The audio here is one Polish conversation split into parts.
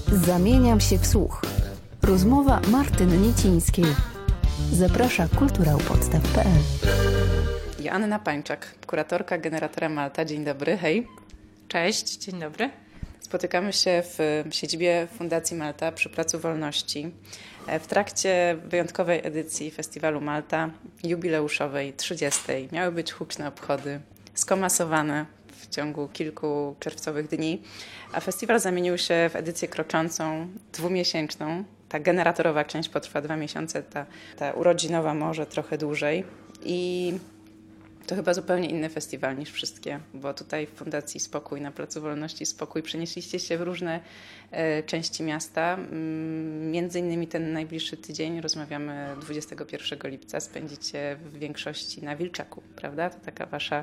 Zamieniam się w słuch. Rozmowa Martyny Niecińskiej. Zaprasza kulturałpodstaw.pl. Joanna Pańczak, kuratorka Generatora Malta. Dzień dobry, hej. Cześć, dzień dobry. Spotykamy się w siedzibie Fundacji Malta przy Placu Wolności w trakcie wyjątkowej edycji Festiwalu Malta, jubileuszowej, 30. Miały być huczne obchody, skomasowane w ciągu kilku czerwcowych dni, a festiwal zamienił się w edycję kroczącą, dwumiesięczną. Ta generatorowa część potrwa 2 miesiące, ta urodzinowa może trochę dłużej i to chyba zupełnie inny festiwal niż wszystkie, bo tutaj w Fundacji Spokój, na Placu Wolności Spokój przenieśliście się w różne części miasta. Między innymi ten najbliższy tydzień, rozmawiamy 21 lipca, spędzicie w większości na Wilczaku, prawda? To taka wasza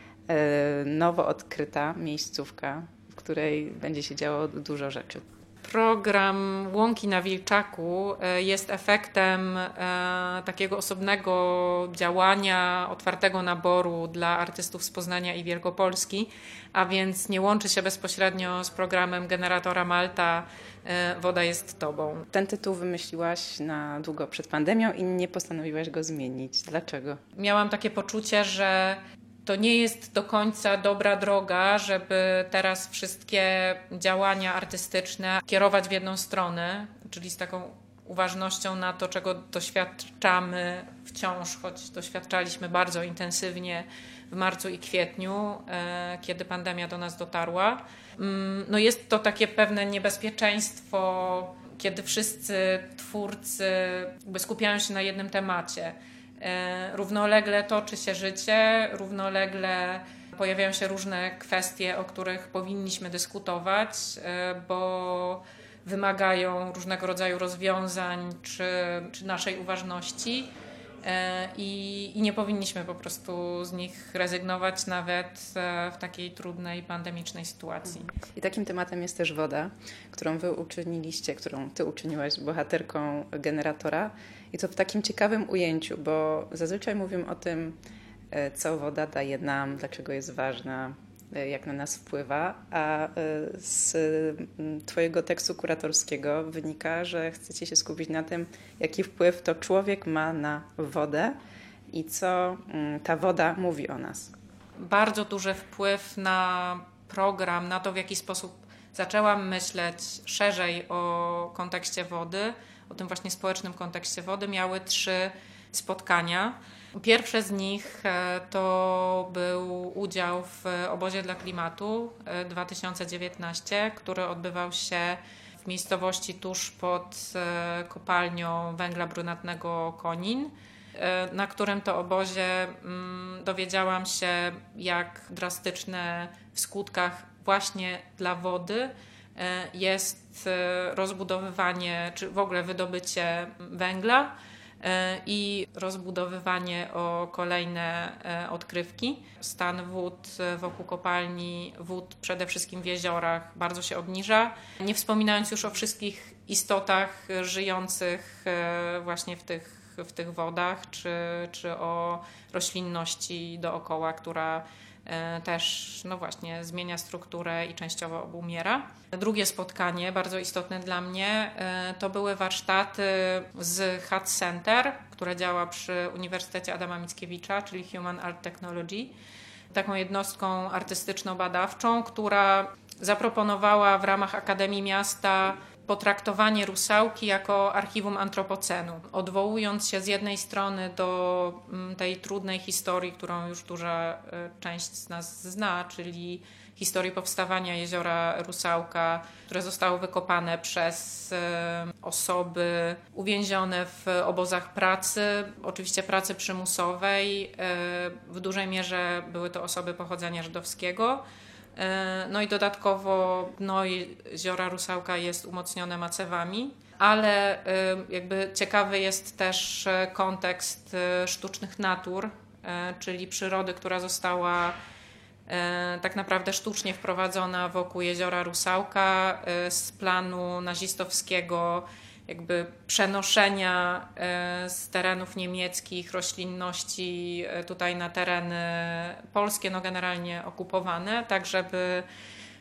nowo odkryta miejscówka, w której będzie się działo dużo rzeczy. Program Łąki na Wilczaku jest efektem takiego osobnego działania, otwartego naboru dla artystów z Poznania i Wielkopolski, a więc nie łączy się bezpośrednio z programem Generatora Malta Woda jest Tobą. Ten tytuł wymyśliłaś na długo przed pandemią i nie postanowiłaś go zmienić. Dlaczego? Miałam takie poczucie, że to nie jest do końca dobra droga, żeby teraz wszystkie działania artystyczne kierować w jedną stronę, czyli z taką uważnością na to, czego doświadczamy wciąż, choć doświadczaliśmy bardzo intensywnie w marcu i kwietniu, kiedy pandemia do nas dotarła. No jest to takie pewne niebezpieczeństwo, kiedy wszyscy twórcy skupiają się na jednym temacie. Równolegle toczy się życie, równolegle pojawiają się różne kwestie, o których powinniśmy dyskutować, bo wymagają różnego rodzaju rozwiązań czy naszej uważności i nie powinniśmy po prostu z nich rezygnować nawet w takiej trudnej, pandemicznej sytuacji. I takim tematem jest też woda, którą wy uczyniliście, którą ty uczyniłaś bohaterką Generatora. I to w takim ciekawym ujęciu, bo zazwyczaj mówimy o tym, co woda daje nam, dlaczego jest ważna, jak na nas wpływa, a z twojego tekstu kuratorskiego wynika, że chcecie się skupić na tym, jaki wpływ to człowiek ma na wodę i co ta woda mówi o nas. Bardzo duży wpływ na program, na to, w jaki sposób zaczęłam myśleć szerzej o kontekście wody, o tym właśnie społecznym kontekście wody, miały 3 spotkania. Pierwsze z nich to był udział w Obozie dla Klimatu 2019, który odbywał się w miejscowości tuż pod kopalnią węgla brunatnego Konin, na którym to obozie dowiedziałam się, jak drastyczne w skutkach właśnie dla wody jest rozbudowywanie, czy w ogóle wydobycie węgla i rozbudowywanie o kolejne odkrywki. Stan wód wokół kopalni, wód przede wszystkim w jeziorach bardzo się obniża. Nie wspominając już o wszystkich istotach żyjących właśnie w tych wodach, czy o roślinności dookoła, która też no właśnie zmienia strukturę i częściowo obumiera. Drugie spotkanie, bardzo istotne dla mnie, to były warsztaty z HAT Center, które działa przy Uniwersytecie Adama Mickiewicza, czyli Human Art Technology, taką jednostką artystyczno-badawczą, która zaproponowała w ramach Akademii Miasta potraktowanie Rusałki jako archiwum antropocenu, odwołując się z jednej strony do tej trudnej historii, którą już duża część z nas zna, czyli historii powstawania jeziora Rusałka, które zostało wykopane przez osoby uwięzione w obozach pracy, oczywiście pracy przymusowej. W dużej mierze były to osoby pochodzenia żydowskiego. No i dodatkowo dno jeziora Rusałka jest umocnione macewami, ale jakby ciekawy jest też kontekst sztucznych natur, czyli przyrody, która została tak naprawdę sztucznie wprowadzona wokół jeziora Rusałka z planu nazistowskiego, jakby przenoszenia z terenów niemieckich roślinności tutaj na tereny polskie, no generalnie okupowane, tak żeby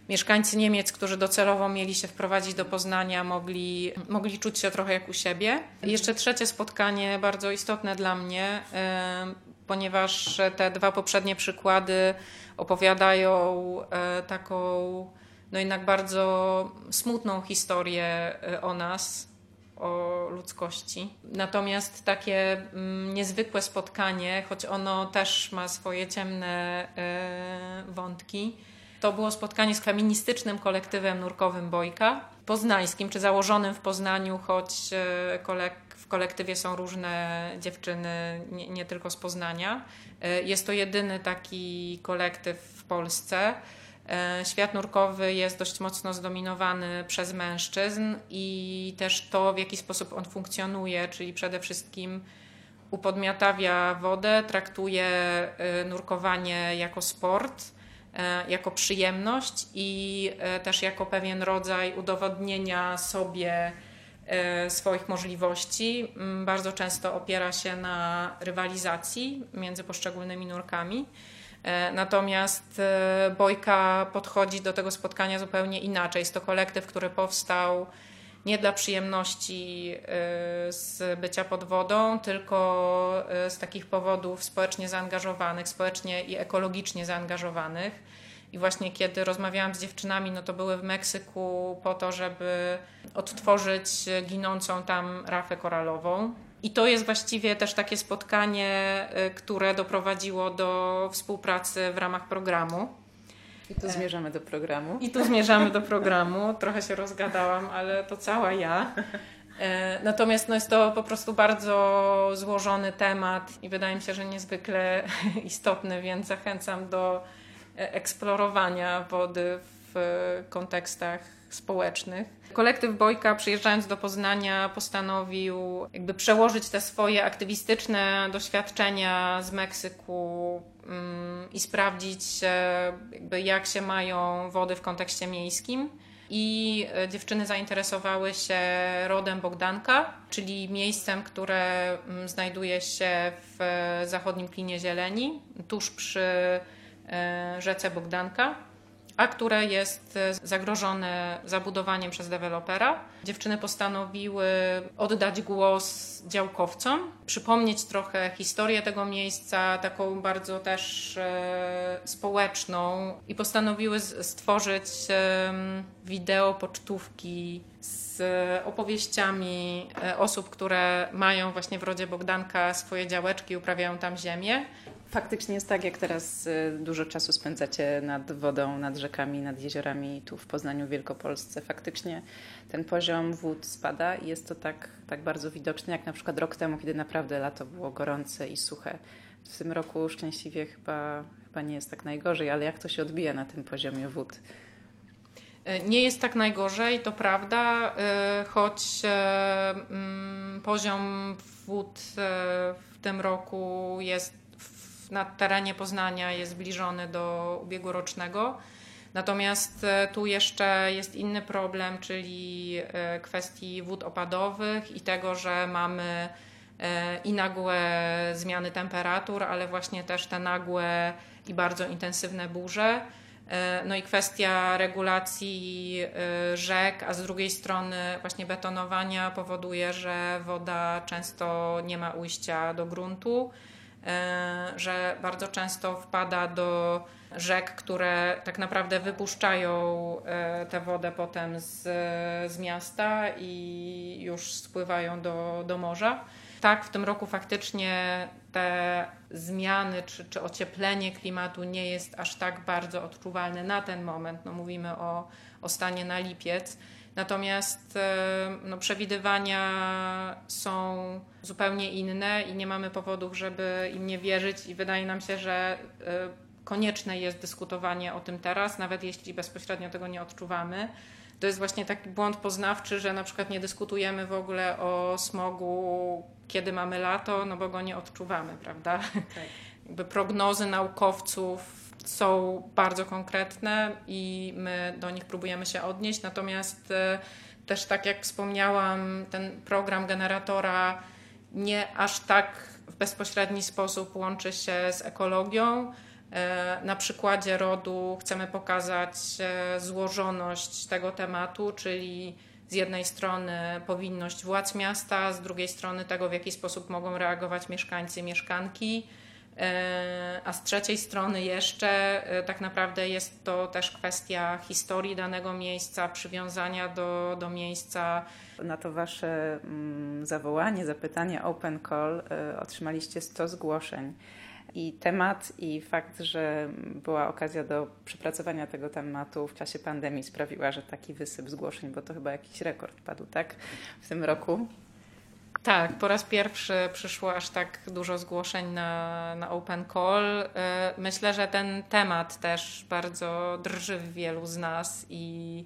mieszkańcy Niemiec, którzy docelowo mieli się wprowadzić do Poznania, mogli czuć się trochę jak u siebie. I jeszcze trzecie spotkanie, bardzo istotne dla mnie, ponieważ te dwa poprzednie przykłady opowiadają taką jednak bardzo smutną historię o nas, o ludzkości. Natomiast takie niezwykłe spotkanie, choć ono też ma swoje ciemne wątki, to było spotkanie z feministycznym kolektywem nurkowym Bojka, poznańskim, czy założonym w Poznaniu, choć w kolektywie są różne dziewczyny, nie tylko z Poznania. Jest to jedyny taki kolektyw w Polsce. Świat nurkowy jest dość mocno zdominowany przez mężczyzn i też to, w jaki sposób on funkcjonuje, czyli przede wszystkim upodmiotawia wodę, traktuje nurkowanie jako sport, jako przyjemność i też jako pewien rodzaj udowodnienia sobie swoich możliwości. Bardzo często opiera się na rywalizacji między poszczególnymi nurkami. Natomiast Bojka podchodzi do tego spotkania zupełnie inaczej. Jest to kolektyw, który powstał nie dla przyjemności z bycia pod wodą, tylko z takich powodów społecznie zaangażowanych, społecznie i ekologicznie zaangażowanych. I właśnie kiedy rozmawiałam z dziewczynami, no to były w Meksyku po to, żeby odtworzyć ginącą tam rafę koralową. I to jest właściwie też takie spotkanie, które doprowadziło do współpracy w ramach programu. I tu zmierzamy do programu. Trochę się rozgadałam, ale to cała ja. Natomiast jest to po prostu bardzo złożony temat i wydaje mi się, że niezwykle istotny, więc zachęcam do eksplorowania wody w kontekstach społecznych. Kolektyw Bojka, przyjeżdżając do Poznania, postanowił przełożyć te swoje aktywistyczne doświadczenia z Meksyku i sprawdzić, jak się mają wody w kontekście miejskim. I dziewczyny zainteresowały się rodem Bogdanka, czyli miejscem, które znajduje się w zachodnim klinie zieleni, tuż przy rzece Bogdanka, a które jest zagrożone zabudowaniem przez dewelopera. Dziewczyny postanowiły oddać głos działkowcom, przypomnieć trochę historię tego miejsca, taką bardzo też społeczną, i postanowiły stworzyć wideo pocztówki z opowieściami osób, które mają właśnie w rodzie Bogdanka swoje działeczki i uprawiają tam ziemię. Faktycznie jest tak, jak teraz dużo czasu spędzacie nad wodą, nad rzekami, nad jeziorami tu w Poznaniu, w Wielkopolsce. Faktycznie ten poziom wód spada i jest to tak bardzo widoczne, jak na przykład rok temu, kiedy naprawdę lato było gorące i suche. W tym roku szczęśliwie chyba nie jest tak najgorzej, ale jak to się odbija na tym poziomie wód? Nie jest tak najgorzej, to prawda, choć poziom wód w tym roku jest na terenie Poznania jest zbliżony do ubiegłorocznego. Natomiast tu jeszcze jest inny problem, czyli kwestii wód opadowych i tego, że mamy i nagłe zmiany temperatur, ale właśnie też te nagłe i bardzo intensywne burze. No i kwestia regulacji rzek, a z drugiej strony właśnie betonowania powoduje, że woda często nie ma ujścia do gruntu, że bardzo często wpada do rzek, które tak naprawdę wypuszczają tę wodę potem z miasta i już spływają do morza. Tak, w tym roku faktycznie te zmiany czy ocieplenie klimatu nie jest aż tak bardzo odczuwalne na ten moment. No, mówimy o stanie na lipiec. Natomiast przewidywania są zupełnie inne i nie mamy powodów, żeby im nie wierzyć, i wydaje nam się, że konieczne jest dyskutowanie o tym teraz, nawet jeśli bezpośrednio tego nie odczuwamy. To jest właśnie taki błąd poznawczy, że na przykład nie dyskutujemy w ogóle o smogu, kiedy mamy lato, no bo go nie odczuwamy, prawda? Tak. Prognozy naukowców są bardzo konkretne i my do nich próbujemy się odnieść, natomiast też tak jak wspomniałam, ten program generatora nie aż tak w bezpośredni sposób łączy się z ekologią, Na przykładzie RODU chcemy pokazać złożoność tego tematu, czyli z jednej strony powinność władz miasta, z drugiej strony tego, w jaki sposób mogą reagować mieszkańcy i mieszkanki, a z trzeciej strony jeszcze tak naprawdę jest to też kwestia historii danego miejsca, przywiązania do miejsca. Na to wasze zawołanie, zapytanie Open Call otrzymaliście 100 zgłoszeń. I temat i fakt, że była okazja do przepracowania tego tematu w czasie pandemii sprawiła, że taki wysyp zgłoszeń, bo to chyba jakiś rekord padł, tak? W tym roku. Tak, po raz pierwszy przyszło aż tak dużo zgłoszeń na Open Call. Myślę, że ten temat też bardzo drży w wielu z nas i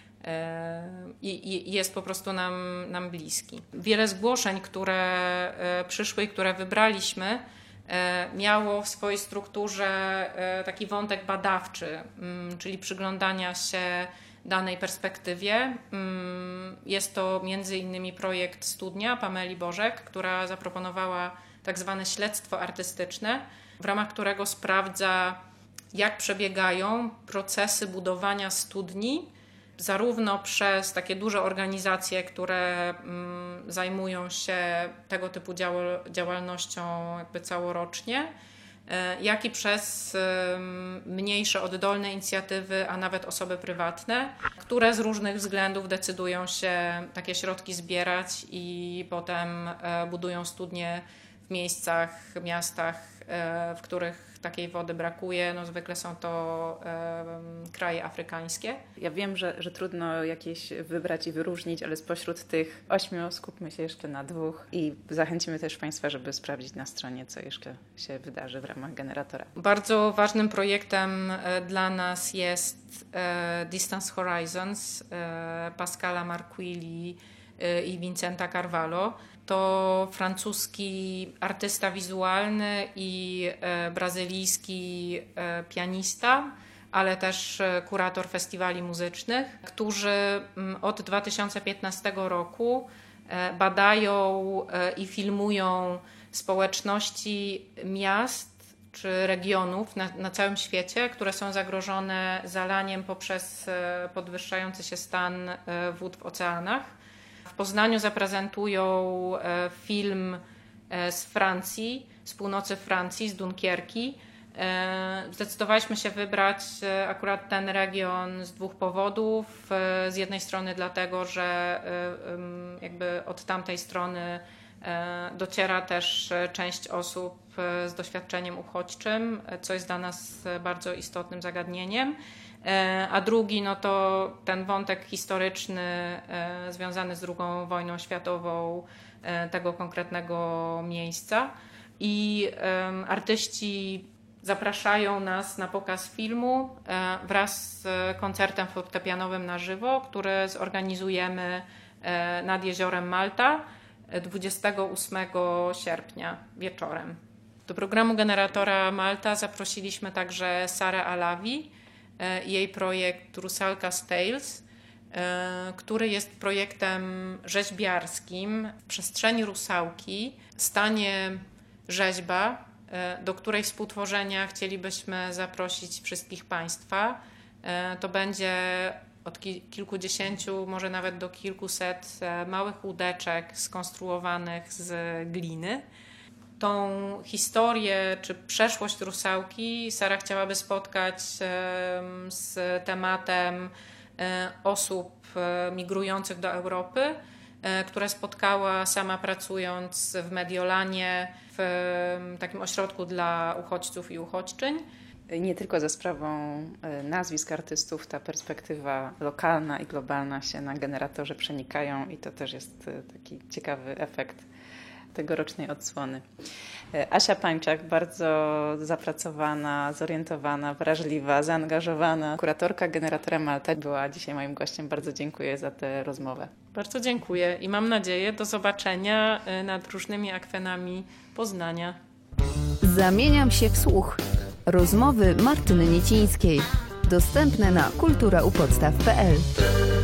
jest po prostu nam bliski. Wiele zgłoszeń, które przyszły i które wybraliśmy, miało w swojej strukturze taki wątek badawczy, czyli przyglądania się danej perspektywie. Jest to między innymi projekt Studnia Pameli Bożek, która zaproponowała tak zwane śledztwo artystyczne, w ramach którego sprawdza, jak przebiegają procesy budowania studni, zarówno przez takie duże organizacje, które zajmują się tego typu działalnością jakby całorocznie, jak i przez mniejsze, oddolne inicjatywy, a nawet osoby prywatne, które z różnych względów decydują się takie środki zbierać i potem budują studnie w miejscach, miastach, w których takiej wody brakuje. No, zwykle są to kraje afrykańskie. Ja wiem, że trudno jakieś wybrać i wyróżnić, ale spośród tych 8 skupmy się jeszcze na 2 i zachęcimy też Państwa, żeby sprawdzić na stronie, co jeszcze się wydarzy w ramach generatora. Bardzo ważnym projektem dla nas jest Distance Horizons Pascala Marquilli i Vincenta Carvalho. To francuski artysta wizualny i brazylijski pianista, ale też kurator festiwali muzycznych, którzy od 2015 roku badają i filmują społeczności miast czy regionów na całym świecie, które są zagrożone zalaniem poprzez podwyższający się stan wód w oceanach. W Poznaniu zaprezentują film z Francji, z północy Francji, z Dunkierki. Zdecydowaliśmy się wybrać akurat ten region z 2 powodów. Z jednej strony dlatego, że jakby od tamtej strony dociera też część osób z doświadczeniem uchodźczym, co jest dla nas bardzo istotnym zagadnieniem. A drugi, no to ten wątek historyczny związany z II wojną światową tego konkretnego miejsca. I artyści zapraszają nas na pokaz filmu wraz z koncertem fortepianowym na żywo, który zorganizujemy nad jeziorem Malta 28 sierpnia wieczorem. Do programu Generatora Malta zaprosiliśmy także Sarę Alawi i jej projekt Rusalka's Tales, który jest projektem rzeźbiarskim. W przestrzeni Rusałki stanie rzeźba, do której współtworzenia chcielibyśmy zaprosić wszystkich Państwa. To będzie od kilkudziesięciu, może nawet do kilkuset małych łódeczek skonstruowanych z gliny. Tą historię czy przeszłość Rusałki Sara chciałaby spotkać z tematem osób migrujących do Europy, które spotkała sama pracując w Mediolanie, w takim ośrodku dla uchodźców i uchodźczyń. Nie tylko za sprawą nazwisk artystów ta perspektywa lokalna i globalna się na generatorze przenikają i to też jest taki ciekawy efekt tegorocznej odsłony. Asia Pańczak, bardzo zapracowana, zorientowana, wrażliwa, zaangażowana kuratorka Generatora Malta, była dzisiaj moim gościem. Bardzo dziękuję za tę rozmowę. Bardzo dziękuję i mam nadzieję do zobaczenia nad różnymi akwenami Poznania. Zamieniam się w słuch. Rozmowy Martyny Niecińskiej. Dostępne na kulturaupodstaw.pl.